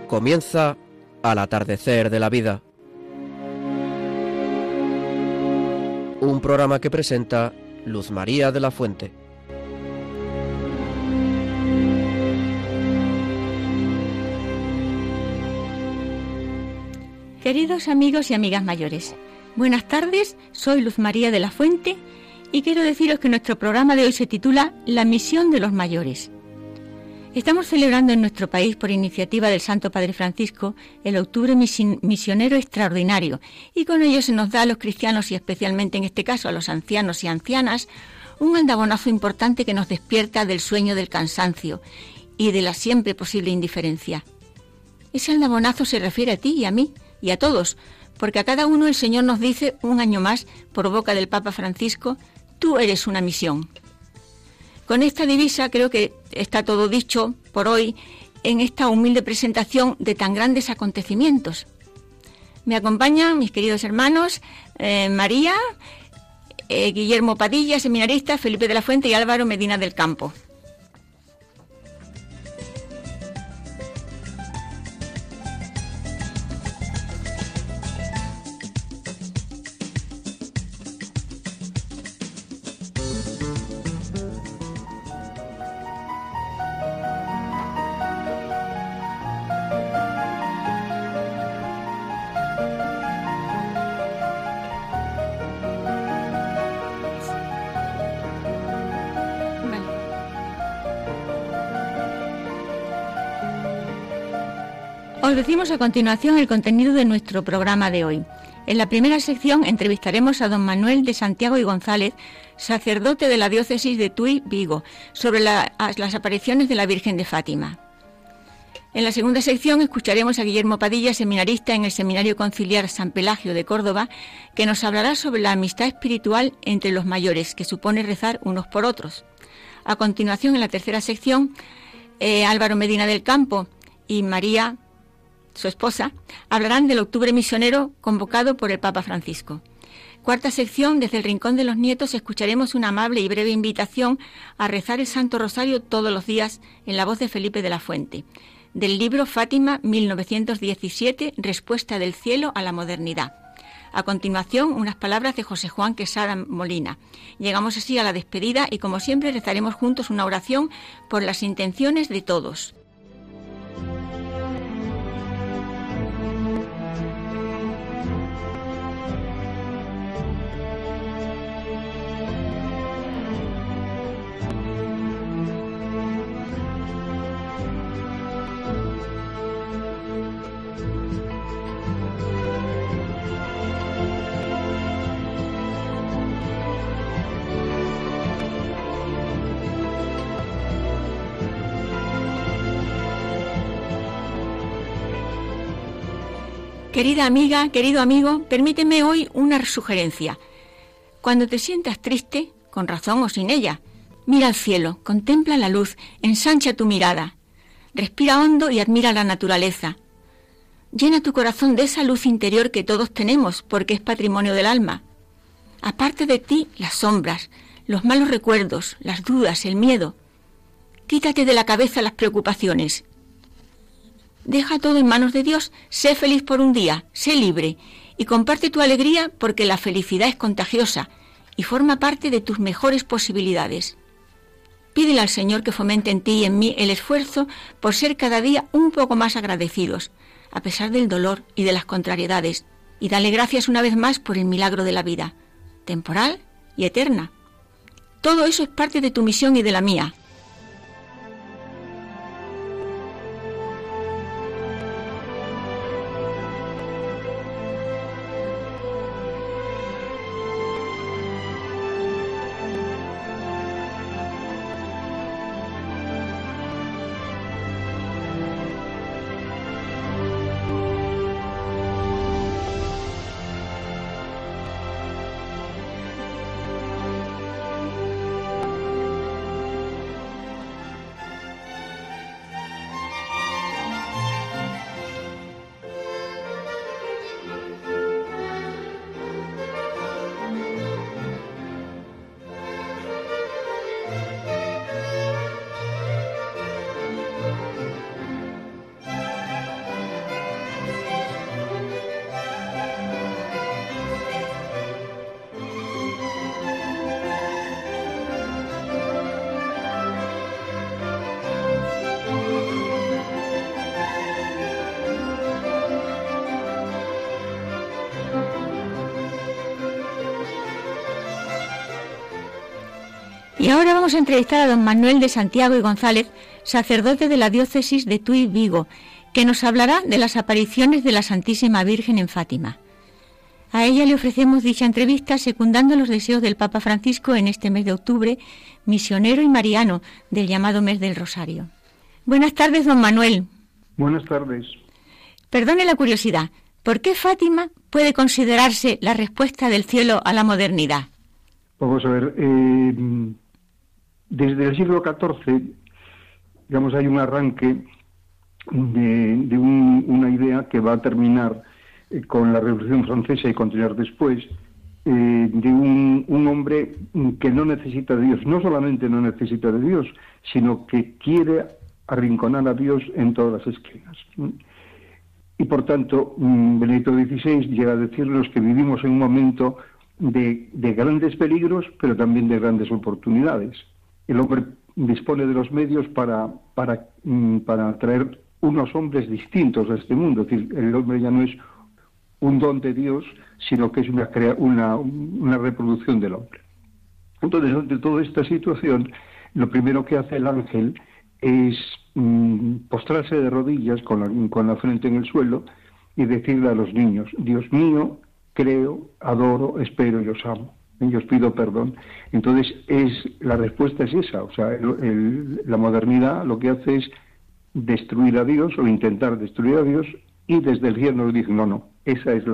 Comienza Al atardecer de la vida, un programa que presenta Luz María de la Fuente. Queridos amigos y amigas mayores, buenas tardes, soy Luz María de la Fuente y quiero deciros que nuestro programa de hoy se titula La misión de los mayores. Estamos celebrando en nuestro país, por iniciativa del Santo Padre Francisco, el Octubre Misionero Extraordinario, y con ello se nos da a los cristianos, y especialmente en este caso a los ancianos y ancianas, un aldabonazo importante que nos despierta del sueño del cansancio y de la siempre posible indiferencia. Ese aldabonazo se refiere a ti y a mí y a todos, porque a cada uno el Señor nos dice un año más, por boca del Papa Francisco, tú eres una misión. Con esta divisa creo que está todo dicho por hoy en esta humilde presentación de tan grandes acontecimientos. Me acompañan mis queridos hermanos María, Guillermo Padilla, seminarista, Felipe de la Fuente y Álvaro Medina del Campo. Os decimos a continuación el contenido de nuestro programa de hoy. En la primera sección entrevistaremos a don Manuel de Santiago y González, sacerdote de la diócesis de Tui, Vigo, sobre las apariciones de la Virgen de Fátima. En la segunda sección escucharemos a Guillermo Padilla, seminarista en el Seminario Conciliar San Pelagio de Córdoba, que nos hablará sobre la amistad espiritual entre los mayores, que supone rezar unos por otros. A continuación, en la tercera sección, Álvaro Medina del Campo y María, su esposa, hablarán del Octubre Misionero convocado por el Papa Francisco. Cuarta sección, desde el Rincón de los Nietos, escucharemos una amable y breve invitación a rezar el Santo Rosario todos los días en la voz de Felipe de la Fuente, del libro Fátima 1917, Respuesta del cielo a la modernidad. A continuación, unas palabras de José Juan Quesada Molina. Llegamos así a la despedida y, como siempre, rezaremos juntos una oración por las intenciones de todos. Querida amiga, querido amigo, permíteme hoy una sugerencia. Cuando te sientas triste, con razón o sin ella, mira al cielo, contempla la luz, ensancha tu mirada, respira hondo y admira la naturaleza. Llena tu corazón de esa luz interior que todos tenemos, porque es patrimonio del alma. Aparte de ti, las sombras, los malos recuerdos, las dudas, el miedo. Quítate de la cabeza las preocupaciones. Deja todo en manos de Dios, sé feliz por un día, sé libre y comparte tu alegría porque la felicidad es contagiosa y forma parte de tus mejores posibilidades. Pídele al Señor que fomente en ti y en mí el esfuerzo por ser cada día un poco más agradecidos, a pesar del dolor y de las contrariedades, y dale gracias una vez más por el milagro de la vida, temporal y eterna. Todo eso es parte de tu misión y de la mía. ahora vamos a entrevistar a don Manuel de Santiago y González, sacerdote de la diócesis de Tuy Vigo, que nos hablará de las apariciones de la Santísima Virgen en Fátima. A ella le ofrecemos dicha entrevista secundando los deseos del Papa Francisco en este mes de octubre, misionero y mariano del llamado mes del Rosario. Buenas tardes, don Manuel. Buenas tardes. Perdone la curiosidad, ¿por qué Fátima puede considerarse la respuesta del cielo a la modernidad? Vamos a ver, desde el siglo XIV, digamos, hay un arranque de una idea que va a terminar con la Revolución Francesa y continuar después, de un hombre que no necesita de Dios. No solamente no necesita de Dios, sino que quiere arrinconar a Dios en todas las esquinas. Y por tanto, Benedicto XVI llega a decirnos que vivimos en un momento de grandes peligros, pero también de grandes oportunidades. El hombre dispone de los medios para traer unos hombres distintos a este mundo. Es decir, el hombre ya no es un don de Dios, sino que es una reproducción del hombre. Entonces, ante toda esta situación, lo primero que hace el ángel es postrarse de rodillas con la frente en el suelo y decirle a los niños: Dios mío, creo, adoro, espero y os amo. Y os pido perdón. Entonces, la respuesta es esa. O sea, la modernidad lo que hace es destruir a Dios o intentar destruir a Dios, y desde el cielo nos dice: no, esa es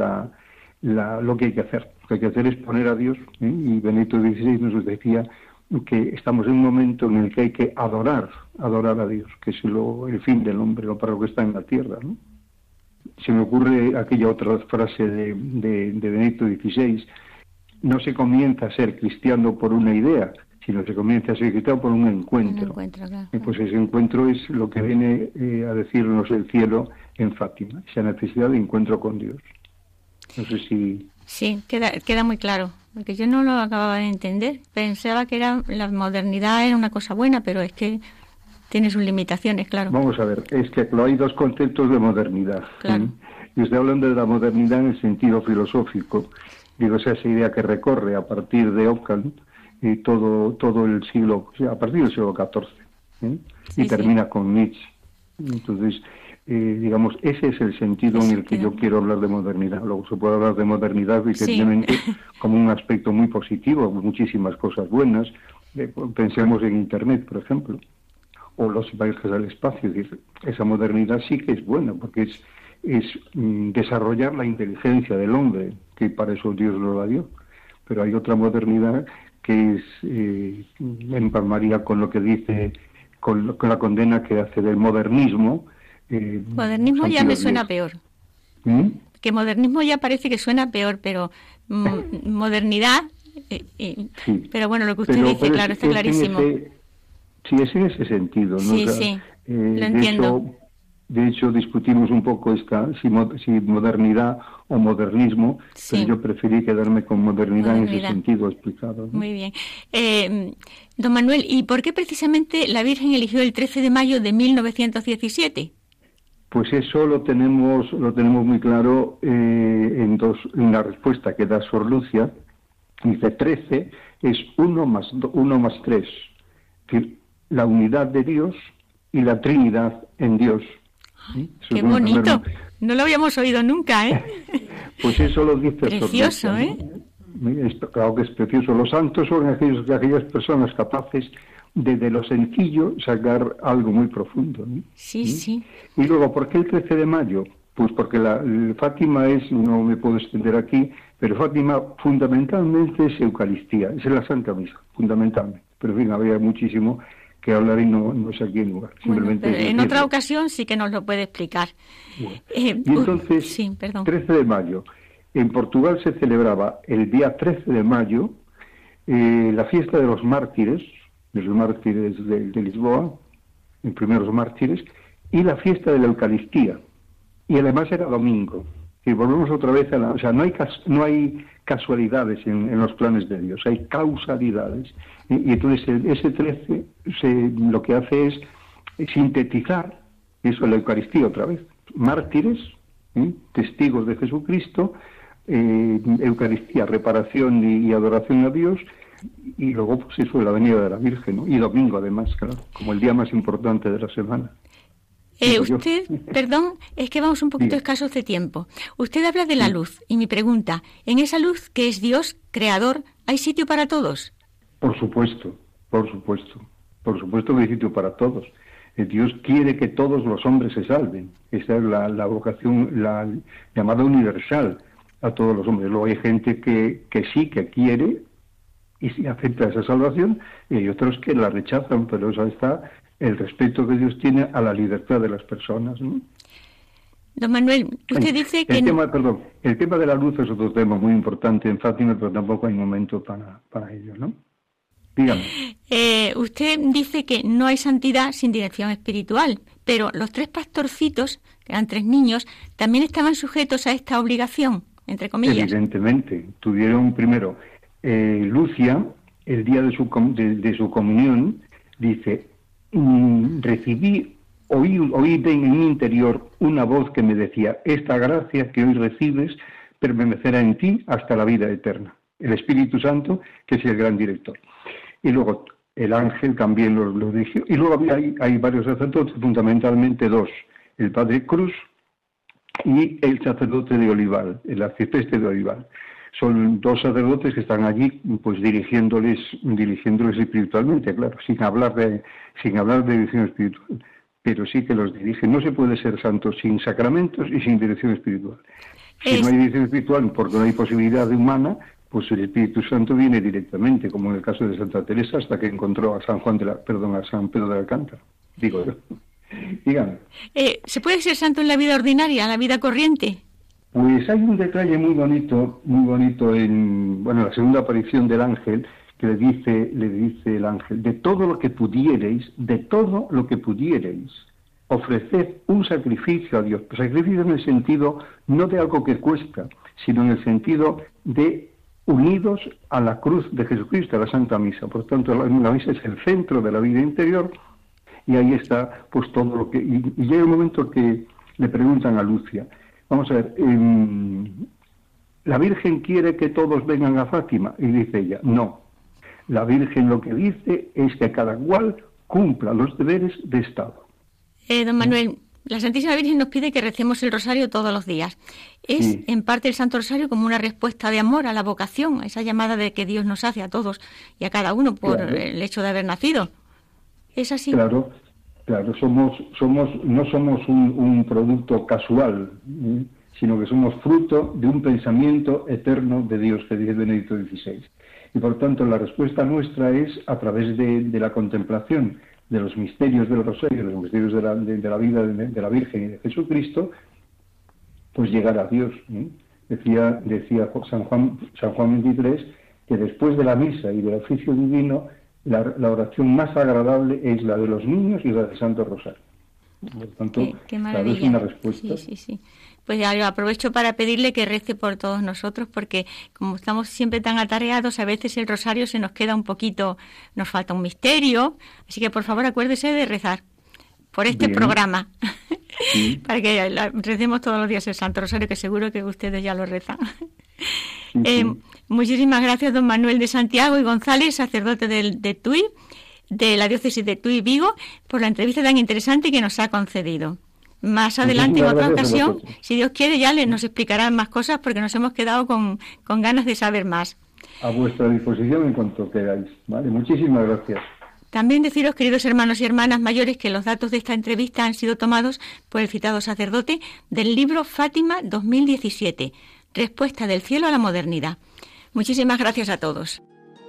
lo que hay que hacer. Lo que hay que hacer es poner a Dios, y Benedicto XVI nos decía que estamos en un momento en el que hay que adorar a Dios, que es el fin del hombre, para lo que está en la tierra, ¿no? Se me ocurre aquella otra frase de Benedicto XVI: no se comienza a ser cristiano por una idea, sino se comienza a ser cristiano por un encuentro. Claro. Y pues ese encuentro es lo que viene a decirnos el cielo en Fátima, esa necesidad de encuentro con Dios. No sé si... Sí, queda muy claro, porque yo no lo acababa de entender. Pensaba que la modernidad era una cosa buena, pero es que tiene sus limitaciones, claro. Vamos a ver, es que hay dos conceptos de modernidad. Claro. Y estoy hablando de la modernidad en el sentido filosófico. Digo, esa idea que recorre a partir de Ockham y todo el siglo, o sea, a partir del siglo XIV, y termina con Nietzsche. Entonces, digamos, ese es el sentido en el que yo quiero hablar de modernidad. Luego se puede hablar de modernidad evidentemente como un aspecto muy positivo, muchísimas cosas buenas. Pensemos en Internet, por ejemplo, o los viajes al espacio. Es decir, esa modernidad sí que es buena, porque es desarrollar la inteligencia del hombre, que para eso Dios lo dio. Pero hay otra modernidad que empalmaría con lo que dice, con la condena que hace del modernismo. Modernismo ya me suena peor. Que modernismo ya parece que suena peor, pero modernidad... sí. Pero bueno, lo que usted dice, claro, está clarísimo. Sí, es en ese sentido, ¿no? Sí, o sea, lo entiendo. De hecho, discutimos un poco si modernidad o modernismo, pero yo preferí quedarme con modernidad en ese sentido explicado, ¿no? Muy bien. Don Manuel, ¿y por qué precisamente la Virgen eligió el 13 de mayo de 1917? Pues eso lo tenemos muy claro en la respuesta que da Sor Lucia. Dice: 13 es 1 más 3. Es decir, la unidad de Dios y la Trinidad en Dios. ¡Qué bonito! No lo habíamos oído nunca, ¿eh? Pues eso lo dice precioso, Sor Lucia, ¿no? Claro que es precioso. Los santos son aquellas personas capaces de lo sencillo sacar algo muy profundo, ¿no? Sí. Y luego, ¿por qué el 13 de mayo? Pues porque Fátima no me puedo extender aquí, pero Fátima fundamentalmente es Eucaristía, es la Santa Misa, fundamentalmente. Pero en fin, habría muchísimo que hablar y no es aquí el lugar. Simplemente pero en otra ocasión sí que nos lo puede explicar. Bueno. Y entonces, 13 de mayo, en Portugal se celebraba el día 13 de mayo la fiesta de los mártires de Lisboa, los primeros mártires, y la fiesta de la Eucaristía. Y además era domingo. Y volvemos otra vez o sea, no hay casualidades en los planes de Dios, hay causalidades. Y entonces ese 13 lo que hace es sintetizar eso, la Eucaristía otra vez. Mártires, testigos de Jesucristo, Eucaristía, reparación y adoración a Dios, Y luego, pues eso, la venida de la Virgen, ¿no? Y domingo, además, claro, como el día más importante de la semana. Usted, perdón, es que vamos un poquito escasos de tiempo. Usted habla de la luz, y mi pregunta, ¿en esa luz que es Dios, creador, hay sitio para todos? Por supuesto que hay sitio para todos. Dios quiere que todos los hombres se salven. Esa es la vocación, la llamada universal a todos los hombres. Luego hay gente que sí, que quiere y sí acepta esa salvación, y hay otros que la rechazan, pero eso está el respeto que Dios tiene a la libertad de las personas, ¿no? Don Manuel, usted dice que... El tema de la luz es otro tema muy importante en Fátima, pero tampoco hay momento para ello, ¿no? Dígame. Usted dice que no hay santidad sin dirección espiritual, pero los 3 pastorcitos, que eran 3 niños, también estaban sujetos a esta obligación, entre comillas. Evidentemente. Tuvieron primero, Lucia, el día de su comunión, dice, oí en mi interior una voz que me decía, esta gracia que hoy recibes permanecerá en ti hasta la vida eterna. El Espíritu Santo, que es el gran director. Y luego el ángel también lo dirigió. Y luego hay varios sacerdotes, fundamentalmente 2, el padre Cruz y el sacerdote de Olival, el arcipreste de Olival. Son 2 sacerdotes que están allí, pues dirigiéndoles espiritualmente, claro, sin hablar de dirección espiritual, pero sí que los dirigen. No se puede ser santo sin sacramentos y sin dirección espiritual. Si no hay dirección espiritual, porque no hay posibilidad humana, pues el Espíritu Santo viene directamente, como en el caso de Santa Teresa, hasta que encontró a San Pedro de Alcántara. Digo yo. Dígame. ¿Se puede ser santo en la vida ordinaria, en la vida corriente? Pues hay un detalle muy bonito en la segunda aparición del ángel, que le dice el ángel, de todo lo que pudiereis, ofreced un sacrificio a Dios. Sacrificio en el sentido no de algo que cuesta, sino en el sentido de unidos a la cruz de Jesucristo, a la Santa Misa. Por tanto, la misa es el centro de la vida interior, y ahí está pues todo lo que... Y llega un momento que le preguntan a Lucia, vamos a ver, ¿la Virgen quiere que todos vengan a Fátima? Y dice ella, no. La Virgen lo que dice es que cada cual cumpla los deberes de Estado. Don Manuel, la Santísima Virgen nos pide que recemos el rosario todos los días. Es en parte el Santo Rosario como una respuesta de amor a la vocación, a esa llamada de que Dios nos hace a todos y a cada uno por el hecho de haber nacido. ¿Es así? Claro, no somos un producto casual, sino que somos fruto de un pensamiento eterno de Dios, que dice Benedicto XVI. Y por tanto la respuesta nuestra es a través de la contemplación de los misterios del Rosario, de los misterios de la vida de la Virgen y de Jesucristo, pues llegar a Dios. Decía San Juan 23 que después de la misa y del oficio divino, la oración más agradable es la de los niños y la del Santo Rosario. Por tanto, qué maravilla. Es una respuesta. Sí. Pues ya yo aprovecho para pedirle que rece por todos nosotros, porque como estamos siempre tan atareados, a veces el rosario se nos queda un poquito, nos falta un misterio, así que por favor acuérdese de rezar por este programa, para que recemos todos los días el Santo Rosario, que seguro que ustedes ya lo rezan. Muchísimas gracias, don Manuel de Santiago y González, sacerdote de Tui, de la diócesis de Tui Vigo, por la entrevista tan interesante que nos ha concedido. Más adelante, en otra ocasión, si Dios quiere, ya nos explicarán más cosas, porque nos hemos quedado con ganas de saber más. A vuestra disposición en cuanto queráis. ¿Vale? Muchísimas gracias. También deciros, queridos hermanos y hermanas mayores, que los datos de esta entrevista han sido tomados por el citado sacerdote del libro Fátima 2017, Respuesta del cielo a la modernidad. Muchísimas gracias a todos.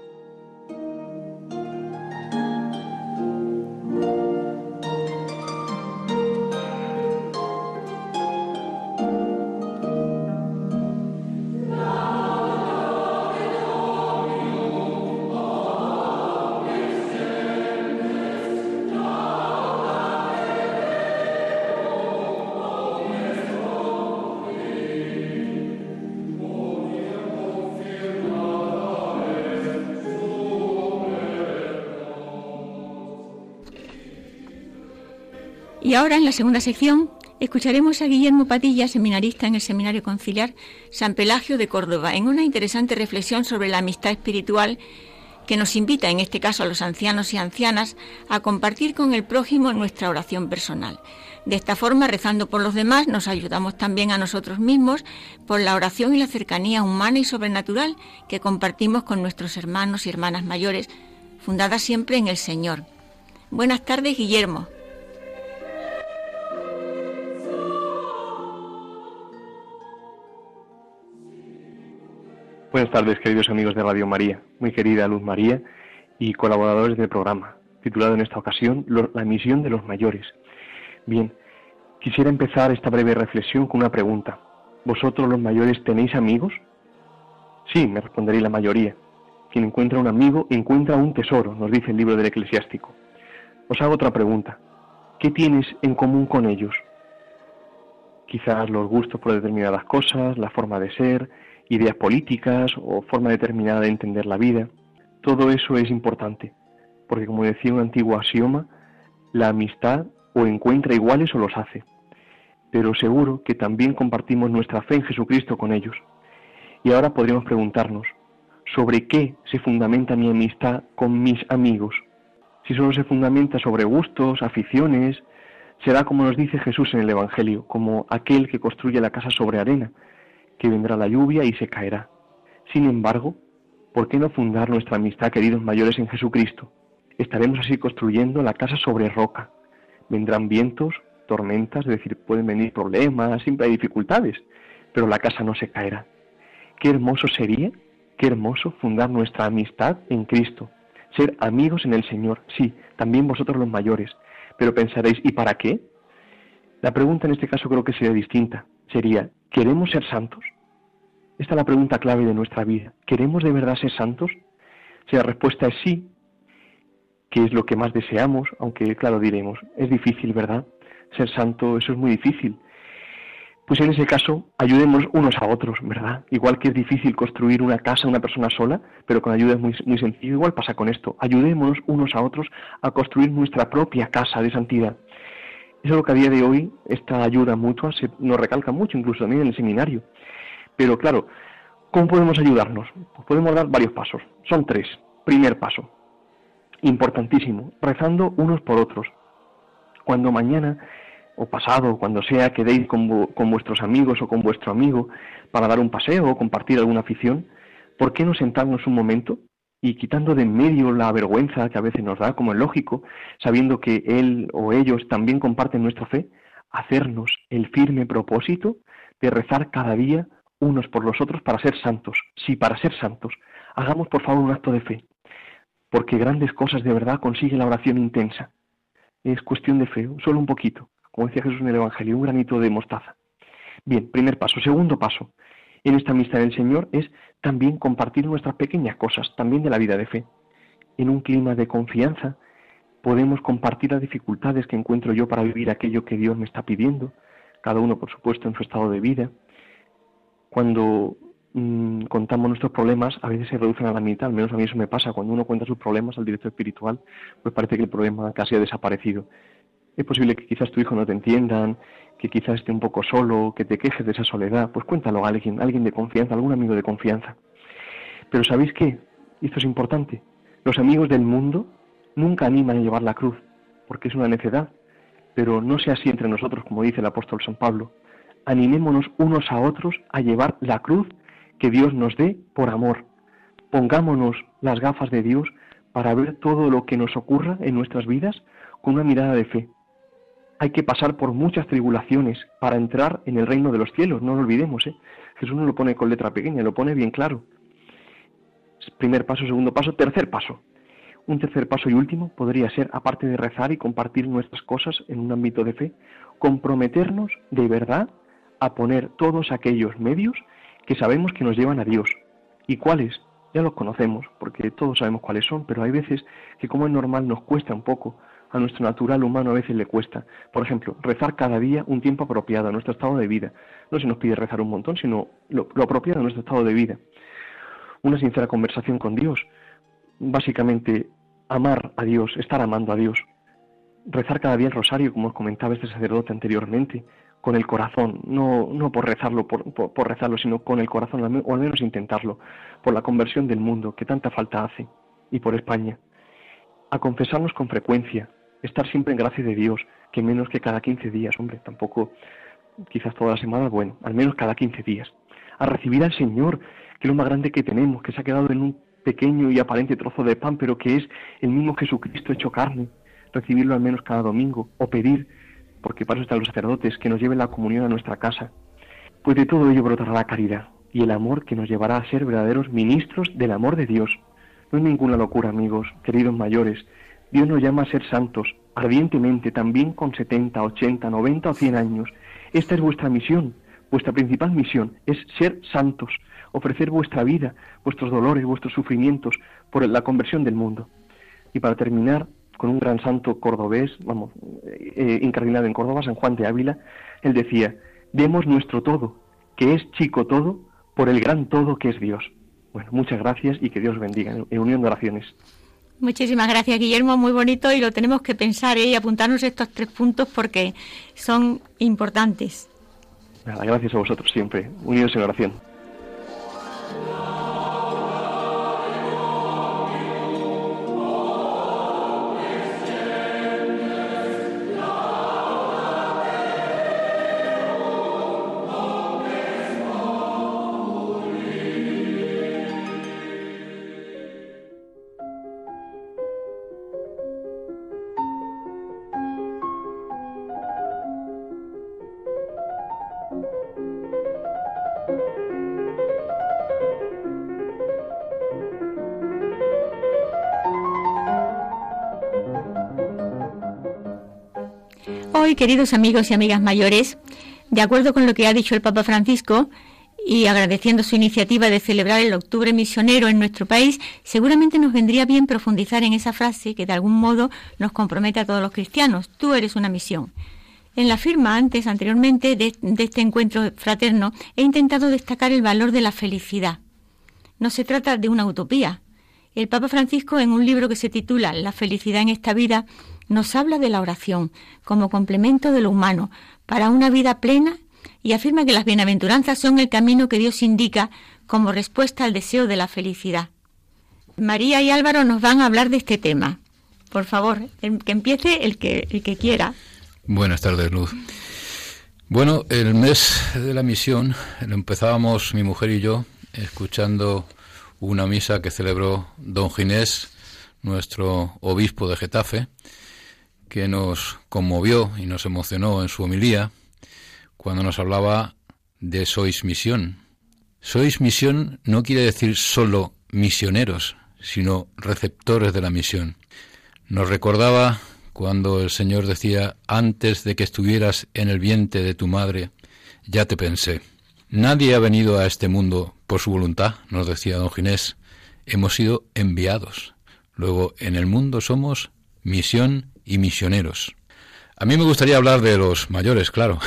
Y ahora, en la segunda sección, escucharemos a Guillermo Padilla, seminarista en el Seminario Conciliar San Pelagio de Córdoba, en una interesante reflexión sobre la amistad espiritual que nos invita, en este caso a los ancianos y ancianas, a compartir con el prójimo nuestra oración personal. De esta forma, rezando por los demás, nos ayudamos también a nosotros mismos por la oración y la cercanía humana y sobrenatural que compartimos con nuestros hermanos y hermanas mayores, fundadas siempre en el Señor. Buenas tardes, Guillermo. Buenas tardes, queridos amigos de Radio María, muy querida Luz María y colaboradores del programa, titulado en esta ocasión La misión de los mayores. Bien, quisiera empezar esta breve reflexión con una pregunta. ¿Vosotros los mayores tenéis amigos? Sí, me responderéis la mayoría. Quien encuentra un amigo encuentra un tesoro, nos dice el libro del Eclesiástico. Os hago otra pregunta. ¿Qué tienes en común con ellos? Quizás los gustos por determinadas cosas, la forma de ser, ideas políticas o forma determinada de entender la vida. Todo eso es importante, porque como decía un antiguo axioma, la amistad o encuentra iguales o los hace. Pero seguro que también compartimos nuestra fe en Jesucristo con ellos. Y ahora podríamos preguntarnos, ¿sobre qué se fundamenta mi amistad con mis amigos? Si solo se fundamenta sobre gustos, aficiones, será como nos dice Jesús en el Evangelio, como aquel que construye la casa sobre arena, que vendrá la lluvia y se caerá. Sin embargo, ¿por qué no fundar nuestra amistad, queridos mayores, en Jesucristo? Estaremos así construyendo la casa sobre roca. Vendrán vientos, tormentas, es decir, pueden venir problemas, siempre hay dificultades, pero la casa no se caerá. Qué hermoso sería, qué hermoso fundar nuestra amistad en Cristo, ser amigos en el Señor, sí, también vosotros los mayores, pero pensaréis, ¿y para qué? La pregunta en este caso creo que sería distinta, sería, ¿queremos ser santos? Esta es la pregunta clave de nuestra vida. ¿Queremos de verdad ser santos? Si la respuesta es sí, que es lo que más deseamos, aunque claro diremos, es difícil, ¿verdad? Ser santo, eso es muy difícil. Pues en ese caso, ayudemos unos a otros, ¿verdad? Igual que es difícil construir una casa una persona sola, pero con ayuda es muy sencillo, igual pasa con esto. Ayudémonos unos a otros a construir nuestra propia casa de santidad. Eso es lo que a día de hoy, esta ayuda mutua, nos recalca mucho, incluso también en el seminario. Pero claro, ¿cómo podemos ayudarnos? Pues podemos dar varios pasos. Son 3. Primer paso, importantísimo, rezando unos por otros. Cuando mañana o pasado, cuando sea, quedéis con vuestros amigos o con vuestro amigo para dar un paseo o compartir alguna afición, ¿por qué no sentarnos un momento y quitando de en medio la vergüenza que a veces nos da, como es lógico, sabiendo que él o ellos también comparten nuestra fe, hacernos el firme propósito de rezar cada día unos por los otros para ser santos? Sí, para ser santos. Hagamos por favor un acto de fe, porque grandes cosas de verdad consigue la oración intensa. Es cuestión de fe, solo un poquito, como decía Jesús en el Evangelio, un granito de mostaza. Bien, primer paso. Segundo paso, en esta amistad del Señor es también compartir nuestras pequeñas cosas, también de la vida de fe. En un clima de confianza podemos compartir las dificultades que encuentro yo para vivir aquello que Dios me está pidiendo, cada uno por supuesto en su estado de vida. Cuando contamos nuestros problemas, a veces se reducen a la mitad, al menos a mí eso me pasa, cuando uno cuenta sus problemas al director espiritual, pues parece que el problema casi ha desaparecido. Es posible que quizás tu hijo no te entiendan, que quizás esté un poco solo, que te quejes de esa soledad, pues cuéntalo a alguien de confianza, algún amigo de confianza. Pero ¿sabéis qué? Y esto es importante, los amigos del mundo nunca animan a llevar la cruz, porque es una necedad, pero no sea así entre nosotros, como dice el apóstol San Pablo. Animémonos unos a otros a llevar la cruz que Dios nos dé por amor. Pongámonos las gafas de Dios para ver todo lo que nos ocurra en nuestras vidas con una mirada de fe. Hay que pasar por muchas tribulaciones para entrar en el reino de los cielos, no lo olvidemos, ¿eh? Jesús no lo pone con letra pequeña, lo pone bien claro. Primer paso, segundo paso, tercer paso. Un tercer paso y último podría ser, aparte de rezar y compartir nuestras cosas en un ámbito de fe, comprometernos de verdad a poner todos aquellos medios que sabemos que nos llevan a Dios. ¿Y cuáles? Ya los conocemos, porque todos sabemos cuáles son, pero hay veces que, como es normal, nos cuesta un poco. A nuestro natural humano a veces le cuesta. Por ejemplo, rezar cada día un tiempo apropiado a nuestro estado de vida. No se nos pide rezar un montón, sino lo apropiado a nuestro estado de vida. Una sincera conversación con Dios. Básicamente, amar a Dios, estar amando a Dios. Rezar cada día el rosario, como os comentaba este sacerdote anteriormente, con el corazón, no por rezarlo, por rezarlo, sino con el corazón, o al menos intentarlo, por la conversión del mundo, que tanta falta hace. y por España. A confesarnos con frecuencia, estar siempre en gracia de Dios, que menos que cada 15 días, hombre, tampoco quizás toda la semana, bueno, al menos cada 15 días. A recibir al Señor, que es lo más grande que tenemos, que se ha quedado en un pequeño y aparente trozo de pan, pero que es el mismo Jesucristo hecho carne, recibirlo al menos cada domingo, o pedir, porque para eso están los sacerdotes, que nos lleven la comunión a nuestra casa. Pues de todo ello brotará la caridad y el amor que nos llevará a ser verdaderos ministros del amor de Dios. No es ninguna locura, amigos, queridos mayores. Dios nos llama a ser santos, ardientemente, también con 70, 80, 90 o 100 años. Esta es vuestra misión, vuestra principal misión, es ser santos, ofrecer vuestra vida, vuestros dolores, vuestros sufrimientos, por la conversión del mundo. Y para terminar, con un gran santo cordobés, incardinado en Córdoba, San Juan de Ávila, él decía: demos nuestro todo, que es chico todo, por el gran todo que es Dios. Bueno, muchas gracias y que Dios bendiga, en unión de oraciones. Muchísimas gracias, Guillermo, muy bonito, y lo tenemos que pensar y apuntarnos estos 3 puntos porque son importantes. Nada, gracias a vosotros siempre, unidos en oración. Hoy, queridos amigos y amigas mayores, de acuerdo con lo que ha dicho el Papa Francisco y agradeciendo su iniciativa de celebrar el Octubre Misionero en nuestro país, seguramente nos vendría bien profundizar en esa frase que de algún modo nos compromete a todos los cristianos: tú eres una misión. En la firma anteriormente de este encuentro fraterno, he intentado destacar el valor de la felicidad. No se trata de una utopía. El Papa Francisco, en un libro que se titula La felicidad en esta vida, nos habla de la oración como complemento de lo humano para una vida plena y afirma que las bienaventuranzas son el camino que Dios indica como respuesta al deseo de la felicidad. María y Álvaro nos van a hablar de este tema. Por favor, que empiece el que quiera. Buenas tardes, Luz. Bueno, el mes de la misión lo empezábamos mi mujer y yo escuchando una misa que celebró don Ginés, nuestro obispo de Getafe, que nos conmovió y nos emocionó en su homilía cuando nos hablaba de sois misión. Sois misión no quiere decir solo misioneros, sino receptores de la misión. Nos recordaba cuando el Señor decía: antes de que estuvieras en el vientre de tu madre, ya te pensé. Nadie ha venido a este mundo por su voluntad, nos decía don Ginés. Hemos sido enviados. Luego, en el mundo somos misión y misioneros. A mí me gustaría hablar de los mayores, claro.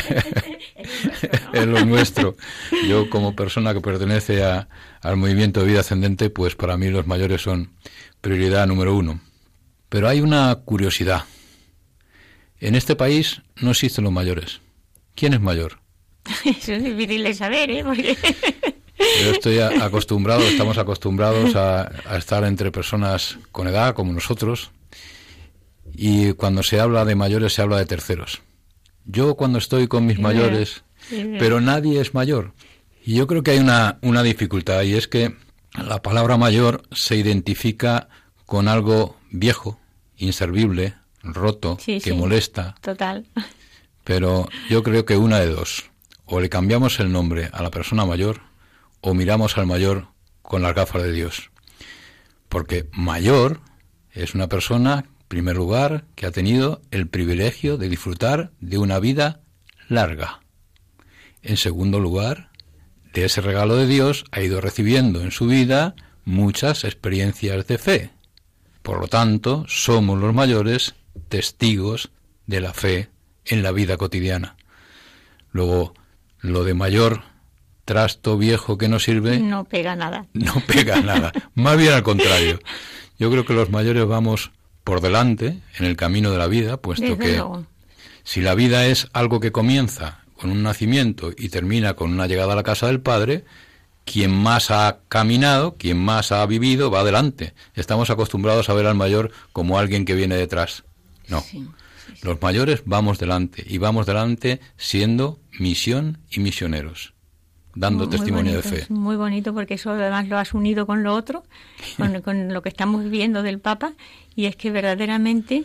Es lo nuestro. Yo, como persona que pertenece al movimiento de vida ascendente, pues para mí los mayores son prioridad número 1. Pero hay una curiosidad. En este país no existen los mayores. ¿Quién es mayor? Eso es difícil de saber, ¿eh? Porque... Yo estoy estamos acostumbrados a estar entre personas con edad, como nosotros, y cuando se habla de mayores se habla de terceros. Yo cuando estoy con mis mayores, pero nadie es mayor. Y yo creo que hay una dificultad, y es que la palabra mayor se identifica con algo viejo, inservible, roto, que molesta. Total. Pero yo creo que una de dos: o le cambiamos el nombre a la persona mayor, o miramos al mayor con las gafas de Dios. Porque mayor es una persona, en primer lugar, que ha tenido el privilegio de disfrutar de una vida larga. En segundo lugar, de ese regalo de Dios ha ido recibiendo en su vida muchas experiencias de fe. Por lo tanto, somos los mayores testigos de la fe en la vida cotidiana. Luego, lo de mayor, trasto viejo que no sirve, no pega nada. No pega nada. Más bien al contrario. Yo creo que los mayores vamos por delante en el camino de la vida, puesto Desde que luego. Si la vida es algo que comienza con un nacimiento y termina con una llegada a la casa del Padre, quien más ha caminado, quien más ha vivido, va adelante. Estamos acostumbrados a ver al mayor como alguien que viene detrás. No. Sí. Los mayores vamos delante, y vamos delante siendo misión y misioneros, dando muy testimonio bonito, de fe. Muy bonito, porque eso además lo has unido con lo otro, con lo que estamos viviendo del Papa, y es que verdaderamente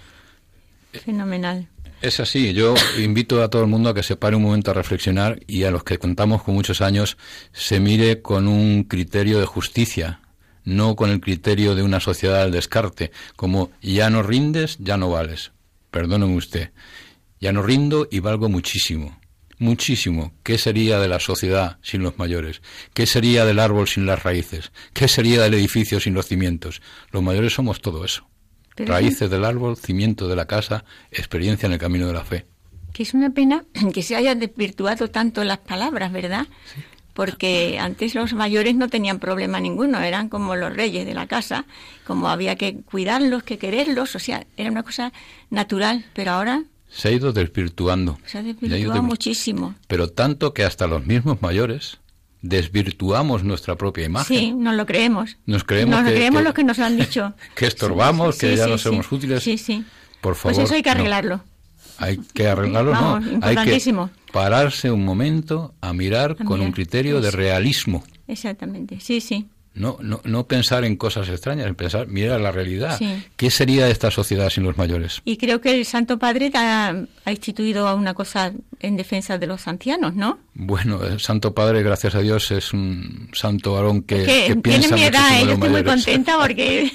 fenomenal. Es así. Yo invito a todo el mundo a que se pare un momento a reflexionar, y a los que contamos con muchos años se mire con un criterio de justicia, no con el criterio de una sociedad del descarte, como ya no rindes, ya no vales. Perdóneme usted, ya no rindo y valgo muchísimo, muchísimo. ¿Qué sería de la sociedad sin los mayores? ¿Qué sería del árbol sin las raíces? ¿Qué sería del edificio sin los cimientos? Los mayores somos todo eso. Raíces del árbol, cimiento de la casa, experiencia en el camino de la fe. Que es una pena que se hayan desvirtuado tanto las palabras, ¿verdad? Sí. Porque antes los mayores no tenían problema ninguno, eran como los reyes de la casa, como había que cuidarlos, que quererlos, o sea, era una cosa natural, pero ahora... Se ha ido desvirtuando. Se ha desvirtuado muchísimo. Pero tanto que hasta los mismos mayores desvirtuamos nuestra propia imagen. Sí, nos lo creemos. Nos creemos lo que nos han dicho. Que estorbamos, que ya no somos útiles. Sí, sí. Por favor. Pues eso hay que arreglarlo. No. Hay que arreglarlo, vamos, no. Hay que pararse un momento a mirar con un criterio de realismo. Exactamente, sí, sí. No pensar en cosas extrañas, pensar, mira la realidad. Sí. ¿Qué sería esta sociedad sin los mayores? Y creo que el Santo Padre ha instituido una cosa en defensa de los ancianos, ¿no? Bueno, el Santo Padre, gracias a Dios, es un santo varón que piensa tiene mi edad, muchísimo yo estoy muy mayores. contenta porque...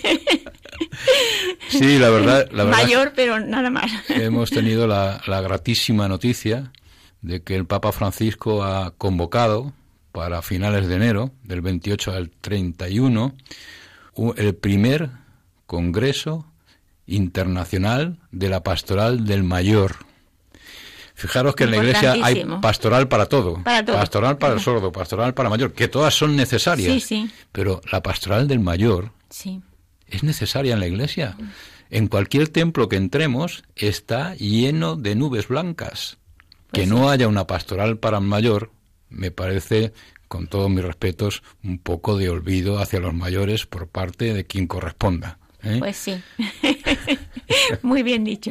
Sí, la verdad mayor, pero nada más. Hemos tenido la gratísima noticia de que el Papa Francisco ha convocado para finales de enero, del 28 al 31, el primer Congreso Internacional de la Pastoral del Mayor. Fijaros que en la Iglesia hay pastoral para todo. Pastoral para el sordo, pastoral para el mayor, que todas son necesarias. Sí, sí. Pero la pastoral del mayor sí. es necesaria en la Iglesia. En cualquier templo que entremos está lleno de nubes blancas. Pues que no haya una pastoral para el mayor, me parece, con todos mis respetos, un poco de olvido hacia los mayores por parte de quien corresponda. Pues sí. Muy bien dicho.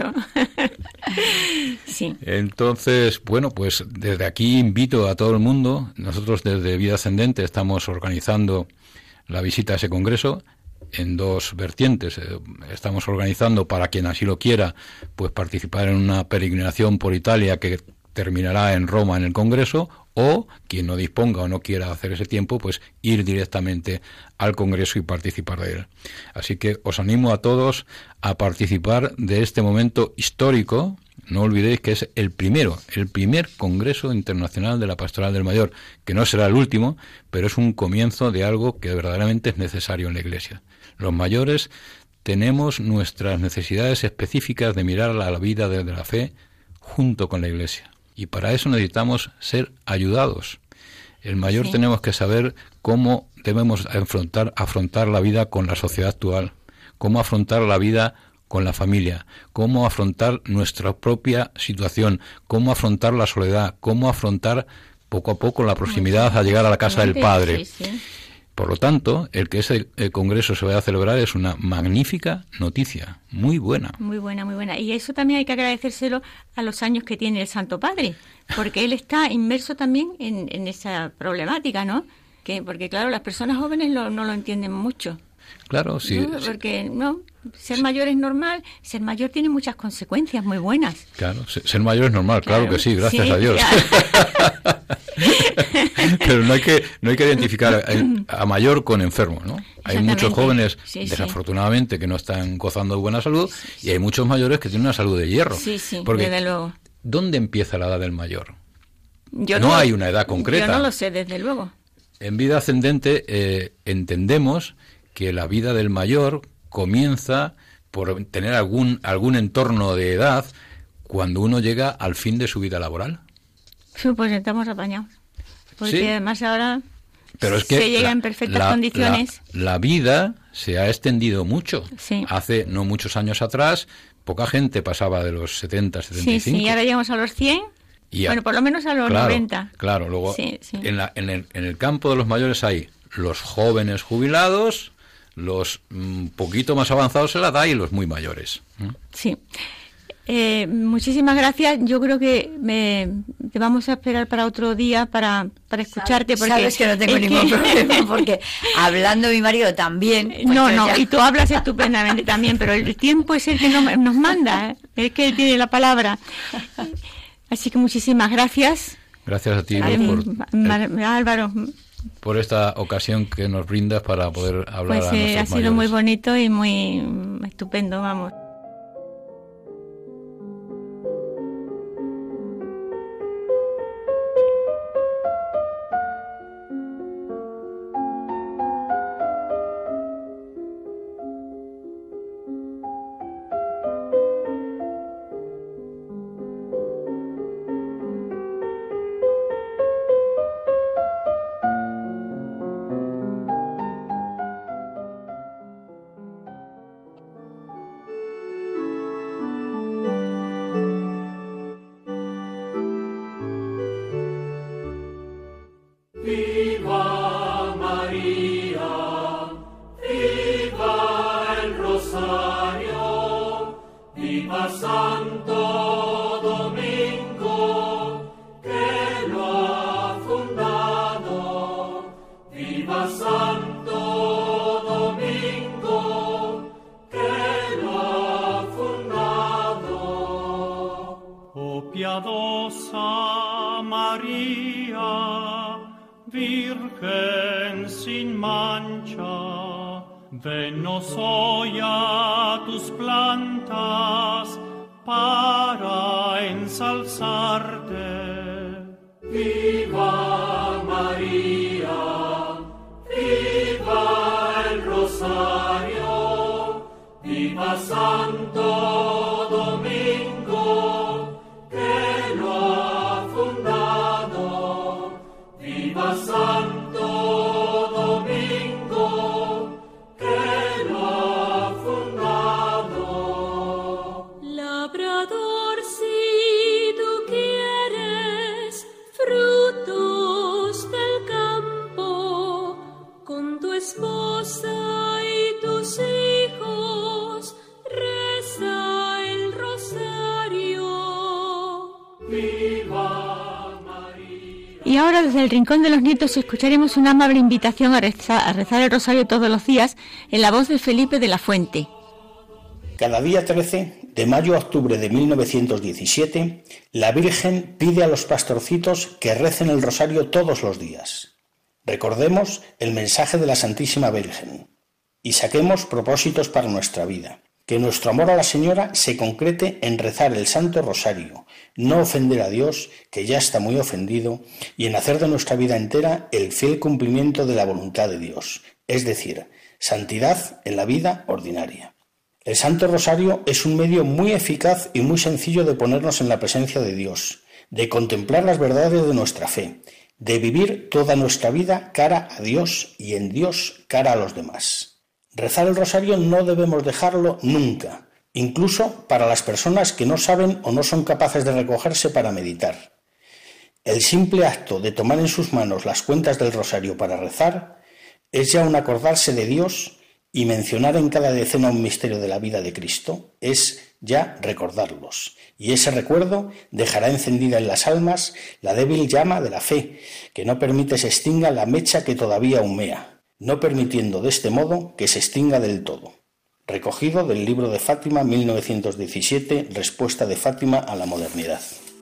Sí. Entonces, bueno, pues desde aquí invito a todo el mundo. Nosotros desde Vida Ascendente estamos organizando la visita a ese congreso en dos vertientes. Estamos organizando, para quien así lo quiera, pues participar en una peregrinación por Italia que terminará en Roma en el Congreso, o quien no disponga o no quiera hacer ese tiempo, pues ir directamente al Congreso y participar de él. Así que os animo a todos a participar de este momento histórico. No olvidéis que es el primer Congreso Internacional de la Pastoral del Mayor, que no será el último, pero es un comienzo de algo que verdaderamente es necesario en la Iglesia. Los mayores tenemos nuestras necesidades específicas de mirar a la vida desde la fe junto con la Iglesia. Y para eso necesitamos ser ayudados. El mayor tenemos que saber cómo debemos afrontar la vida con la sociedad actual, cómo afrontar la vida con la familia, cómo afrontar nuestra propia situación, cómo afrontar la soledad, cómo afrontar poco a poco la proximidad a llegar a la casa del Padre. Sí, sí. Por lo tanto, el que ese congreso se vaya a celebrar es una magnífica noticia, muy buena. Muy buena, muy buena. Y eso también hay que agradecérselo a los años que tiene el Santo Padre, porque él está inmerso también en esa problemática, ¿no? Porque claro, las personas jóvenes no lo entienden mucho. Claro, sí. ¿No? Porque ser mayor es normal, ser mayor tiene muchas consecuencias muy buenas. Claro, ser mayor es normal, claro que sí, gracias a Dios. Claro. Pero no hay que identificar a mayor con enfermo, ¿no? Hay muchos jóvenes, desafortunadamente, que no están gozando de buena salud, y hay muchos mayores que tienen una salud de hierro. Sí, sí, porque desde luego. ¿Dónde empieza la edad del mayor? No hay una edad concreta. Yo no lo sé, desde luego. En Vida Ascendente entendemos que la vida del mayor comienza por tener algún entorno de edad cuando uno llega al fin de su vida laboral. Sí, pues estamos apañados. Porque ¿sí? Además ahora pero es que se llega en perfectas condiciones. La vida se ha extendido mucho. Sí. Hace no muchos años atrás, poca gente pasaba de los 70, 75. Sí, ahora llegamos a los 100. Bueno, por lo menos a los 90. Claro, luego sí. En el campo de los mayores hay los jóvenes jubilados, los poquito más avanzados en la edad y los muy mayores. Sí. Muchísimas gracias. Yo creo que te vamos a esperar para otro día para escucharte. Porque sabes que no tengo ningún problema, porque hablando mi marido también. Pues y tú hablas estupendamente también, pero el tiempo es el que nos manda, ¿eh? Es que él tiene la palabra. Así que muchísimas gracias. Gracias a ti, Álvaro, por esta ocasión que nos brindas para poder hablar a nuestros mayores. Ha sido muy bonito y muy estupendo, vamos. Piadosa María, Virgen sin mancha, venos hoy a tus plantas para ensalzarte. Viva María, viva el Rosario, viva Santo Domingo, que lo ha fundado. Viva Santo Domingo, que lo ha fundado. Labrador, si tú quieres frutos del campo, con tu esposa y tus hijos, reza el rosario. Viva María. Y ahora desde el Rincón de los Nietos escucharemos una amable invitación a rezar el rosario todos los días en la voz de Felipe de la Fuente. Cada día 13 de mayo a octubre de 1917, la Virgen pide a los pastorcitos que recen el rosario todos los días. Recordemos el mensaje de la Santísima Virgen y saquemos propósitos para nuestra vida. Que nuestro amor a la Señora se concrete en rezar el Santo Rosario, no ofender a Dios, que ya está muy ofendido, y en hacer de nuestra vida entera el fiel cumplimiento de la voluntad de Dios, es decir, santidad en la vida ordinaria. El Santo Rosario es un medio muy eficaz y muy sencillo de ponernos en la presencia de Dios, de contemplar las verdades de nuestra fe, de vivir toda nuestra vida cara a Dios y en Dios cara a los demás. Rezar el rosario no debemos dejarlo nunca, incluso para las personas que no saben o no son capaces de recogerse para meditar. El simple acto de tomar en sus manos las cuentas del rosario para rezar es ya un acordarse de Dios, y mencionar en cada decena un misterio de la vida de Cristo es ya recordarlos. Y ese recuerdo dejará encendida en las almas la débil llama de la fe, que no permite se extinga la mecha que todavía humea, no permitiendo de este modo que se extinga del todo. Recogido del libro de Fátima, 1917, Respuesta de Fátima a la modernidad.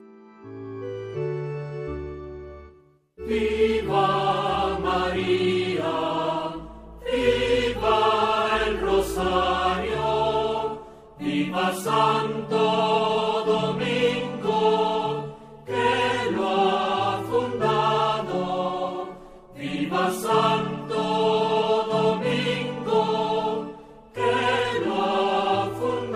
Viva María, viva el Rosario, viva Santo Domingo, que lo ha fundado. Viva Santo Domingo, que lo ha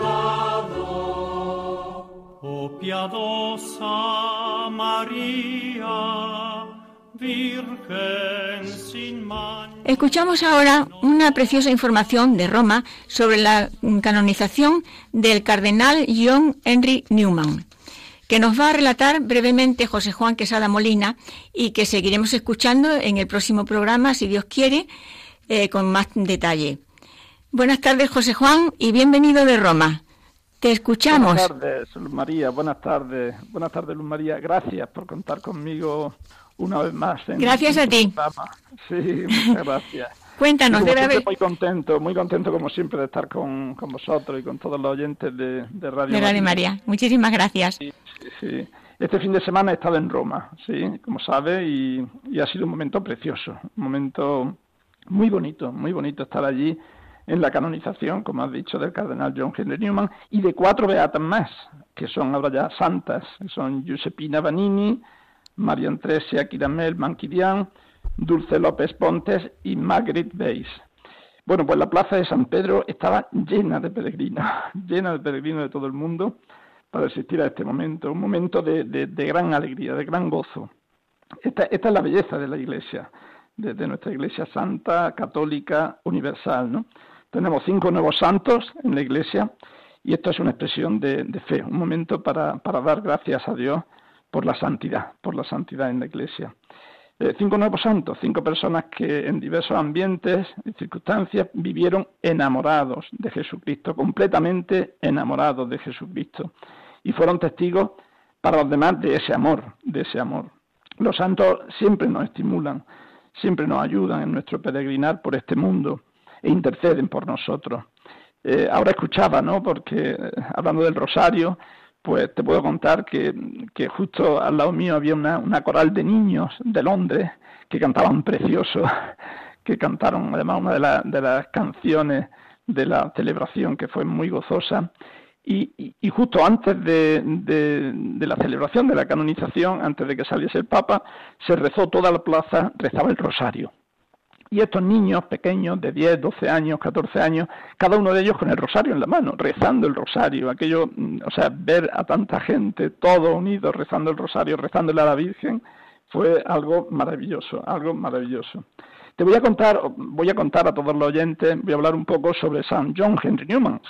fundado. Oh piadosa María, Virgen sin mancha. Escuchamos ahora una preciosa información de Roma sobre la canonización del cardenal John Henry Newman, que nos va a relatar brevemente José Juan Quesada Molina y que seguiremos escuchando en el próximo programa, si Dios quiere, con más detalle. Buenas tardes, José Juan, y bienvenido de Roma. Te escuchamos. Buenas tardes, Luz María. Buenas tardes, Luz María. Gracias por contar conmigo una vez más. Gracias a ti. Programa. Sí, muchas gracias. Cuéntanos, debe haber... Muy contento como siempre de estar con vosotros y con todos los oyentes de Radio de Radio María. Muchísimas gracias. Sí. Este fin de semana he estado en Roma, sí, como sabe, y ha sido un momento precioso, un momento muy bonito estar allí en la canonización, como has dicho, del cardenal John Henry Newman y de 4 beatas más, que son ahora ya santas, que son Giuseppina Vanini, María Antresia Quiramel Manquidian, Dulce López Pontes y Margaret Weiss. Bueno, pues la plaza de San Pedro estaba llena de peregrinos de todo el mundo para asistir a este momento, un momento de gran alegría, de gran gozo. Esta es la belleza de la Iglesia, de nuestra Iglesia santa, católica, universal, ¿no? Tenemos 5 nuevos santos en la Iglesia y esto es una expresión de fe, un momento para dar gracias a Dios por la santidad en la Iglesia. 5 nuevos santos, 5 personas que en diversos ambientes y circunstancias vivieron enamorados de Jesucristo, completamente enamorados de Jesucristo, y fueron testigos para los demás de ese amor. Los santos siempre nos estimulan, siempre nos ayudan en nuestro peregrinar por este mundo e interceden por nosotros. Ahora escuchaba, ¿no? Porque hablando del rosario, pues te puedo contar que justo al lado mío había una coral de niños de Londres que cantaban precioso, que cantaron además una de las canciones de la celebración, que fue muy gozosa, y justo antes de la celebración de la canonización, antes de que saliese el Papa, se rezó toda la plaza, rezaba el rosario. Y estos niños pequeños de 10, 12 años, 14 años, cada uno de ellos con el rosario en la mano, rezando el rosario. Aquello, o sea, ver a tanta gente, todos unidos, rezando el rosario, rezándole a la Virgen, fue algo maravilloso, algo maravilloso. Voy a contar a todos los oyentes, voy a hablar un poco sobre San John Henry Newman,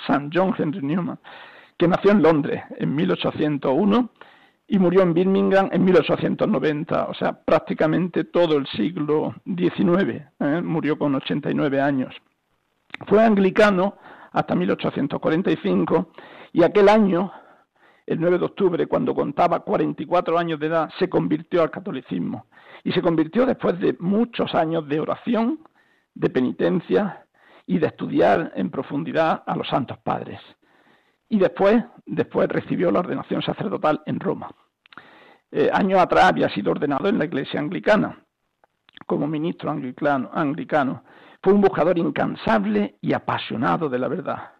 que nació en Londres en 1801, y murió en Birmingham en 1890, o sea, prácticamente todo el siglo XIX, murió con 89 años. Fue anglicano hasta 1845, y aquel año, el 9 de octubre, cuando contaba 44 años de edad, se convirtió al catolicismo, y se convirtió después de muchos años de oración, de penitencia, y de estudiar en profundidad a los santos padres. Y después recibió la ordenación sacerdotal en Roma. Años atrás había sido ordenado en la Iglesia anglicana, como ministro anglicano. Fue un buscador incansable y apasionado de la verdad,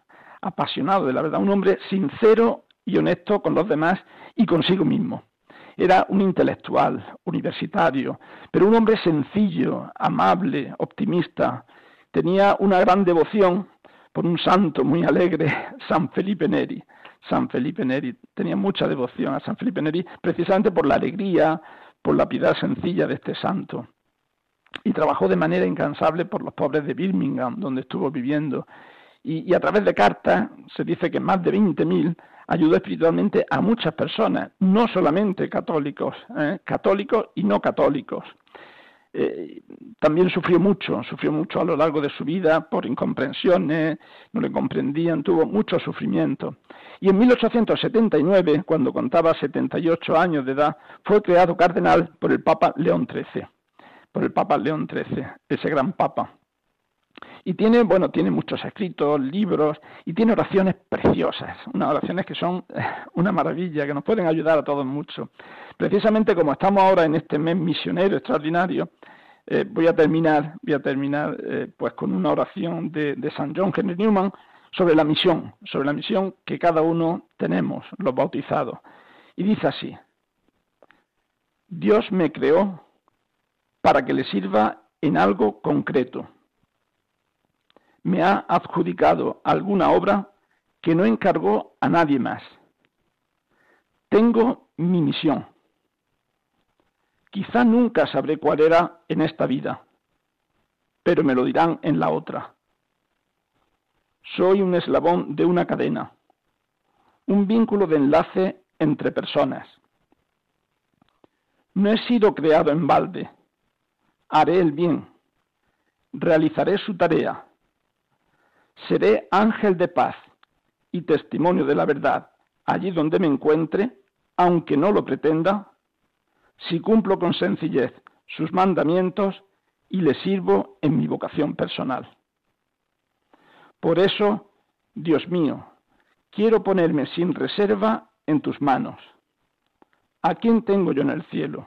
un hombre sincero y honesto con los demás y consigo mismo. Era un intelectual, universitario, pero un hombre sencillo, amable, optimista. Tenía una gran devoción por un santo muy alegre, San Felipe Neri. San Felipe Neri tenía mucha devoción a San Felipe Neri, precisamente por la alegría, por la piedad sencilla de este santo. Y trabajó de manera incansable por los pobres de Birmingham, donde estuvo viviendo. Y a través de cartas, se dice que más de 20.000, ayudó espiritualmente a muchas personas, no solamente católicos, católicos y no católicos. También sufrió mucho a lo largo de su vida por incomprensiones, no le comprendían, tuvo mucho sufrimiento. Y en 1879, cuando contaba 78 años de edad, fue creado cardenal por el Papa León XIII, ese gran Papa. Y tiene muchos escritos, libros, y tiene oraciones preciosas, unas oraciones que son una maravilla, que nos pueden ayudar a todos mucho. Precisamente como estamos ahora en este mes misionero extraordinario, voy a terminar pues con una oración de San John Henry Newman sobre la misión que cada uno tenemos, los bautizados. Y dice así: Dios me creó para que le sirva en algo concreto. Me ha adjudicado alguna obra que no encargó a nadie más. Tengo mi misión. Quizá nunca sabré cuál era en esta vida, pero me lo dirán en la otra. Soy un eslabón de una cadena, un vínculo de enlace entre personas. No he sido creado en balde. Haré el bien. Realizaré su tarea. Seré ángel de paz y testimonio de la verdad allí donde me encuentre, aunque no lo pretenda, si cumplo con sencillez sus mandamientos y le sirvo en mi vocación personal. Por eso, Dios mío, quiero ponerme sin reserva en tus manos. ¿A quién tengo yo en el cielo?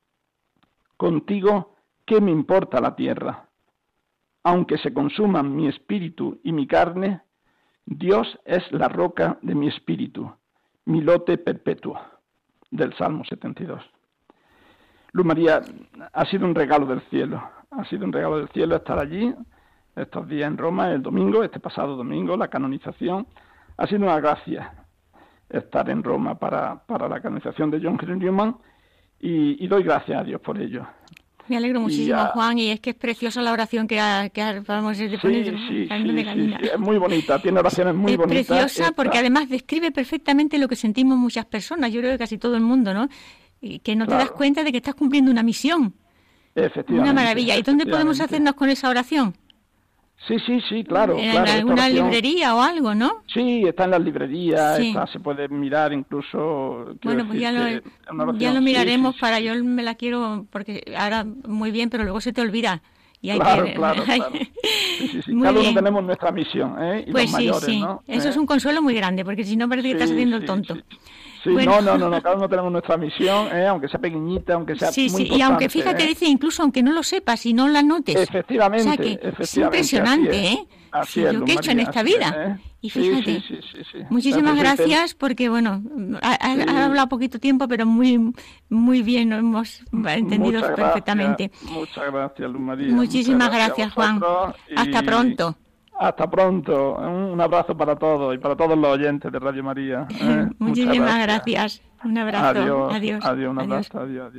Contigo, ¿qué me importa la tierra? Aunque se consuman mi espíritu y mi carne, Dios es la roca de mi espíritu, mi lote perpetuo, del Salmo 72. Luz María, ha sido un regalo del cielo, estar allí, estos días en Roma, el domingo, este pasado domingo, la canonización. Ha sido una gracia estar en Roma para la canonización de John Henry Newman y doy gracias a Dios por ello. Me alegro muchísimo, Juan, y es que es preciosa la oración que vamos a poner. Sí, es muy bonita, tiene oraciones muy bonitas. Es preciosa porque además describe perfectamente lo que sentimos muchas personas, yo creo que casi todo el mundo, ¿no? Y que no te das cuenta de que estás cumpliendo una misión. Efectivamente. Una maravilla. ¿Y dónde podemos hacernos con esa oración? Sí, claro. En alguna librería o algo, ¿no? Sí, está en las librerías, se puede mirar incluso. Bueno, pues ya lo miraremos yo me la quiero, porque ahora muy bien, pero luego se te olvida. Y hay claro. Sí. Cada uno tenemos nuestra misión, y pues los mayores, sí. ¿no? Eso es un consuelo muy grande, porque si no parece que estás haciendo el tonto. Sí, bueno. No, cada uno tenemos nuestra misión, aunque sea pequeñita, aunque sea muy importante. Y aunque, fíjate, dice, incluso aunque no lo sepas y no la notes. Efectivamente, o sea que es impresionante, Así es, lo que he hecho en esta vida. Y fíjate, muchísimas gracias, porque, bueno, ha hablado poquito tiempo, pero muy bien, nos hemos entendido perfectamente. Muchas gracias, Luz María. Muchísimas gracias, Juan. Hasta pronto. Hasta pronto. Un abrazo para todos y para todos los oyentes de Radio María. Muchísimas gracias. Un abrazo. Adiós. Un abrazo. Adiós.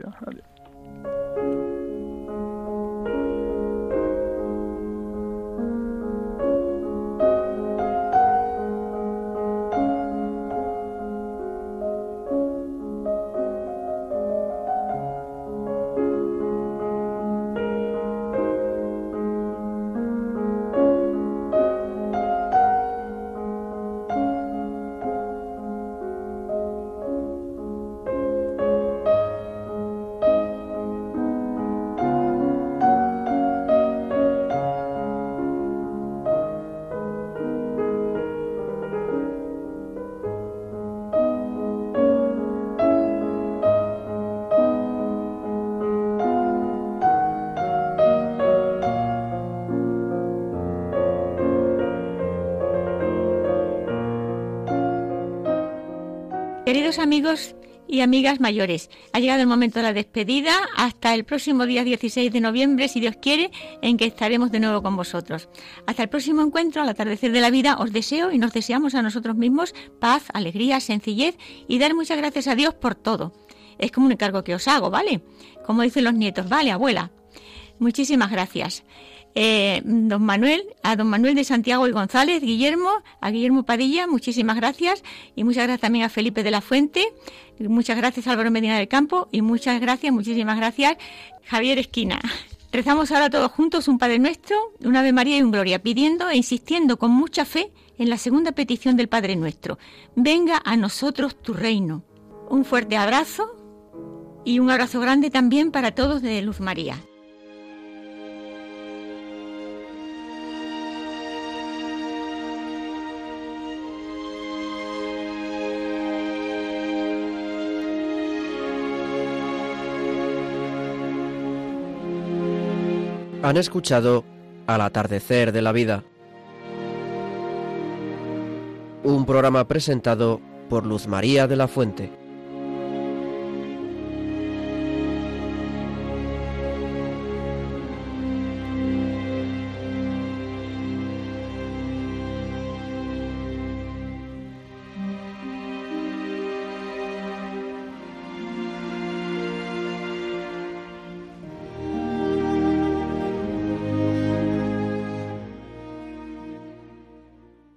Queridos amigos y amigas mayores, ha llegado el momento de la despedida. Hasta el próximo día 16 de noviembre, si Dios quiere, en que estaremos de nuevo con vosotros. Hasta el próximo encuentro, al atardecer de la vida, os deseo y nos deseamos a nosotros mismos paz, alegría, sencillez y dar muchas gracias a Dios por todo. Es como un encargo que os hago, ¿vale? Como dicen los nietos, ¿vale, abuela? Muchísimas gracias. A don Manuel de Santiago y González, a Guillermo Padilla, muchísimas gracias, y muchas gracias también a Felipe de la Fuente, muchas gracias a Álvaro Medina del Campo, y muchísimas gracias Javier Esquina. Rezamos ahora todos juntos un Padre Nuestro, un Ave María y un Gloria, pidiendo e insistiendo con mucha fe en la segunda petición del Padre Nuestro: venga a nosotros tu reino. Un fuerte abrazo y un abrazo grande también para todos de Luz María. Han escuchado Al atardecer de la vida, un programa presentado por Luz María de la Fuente.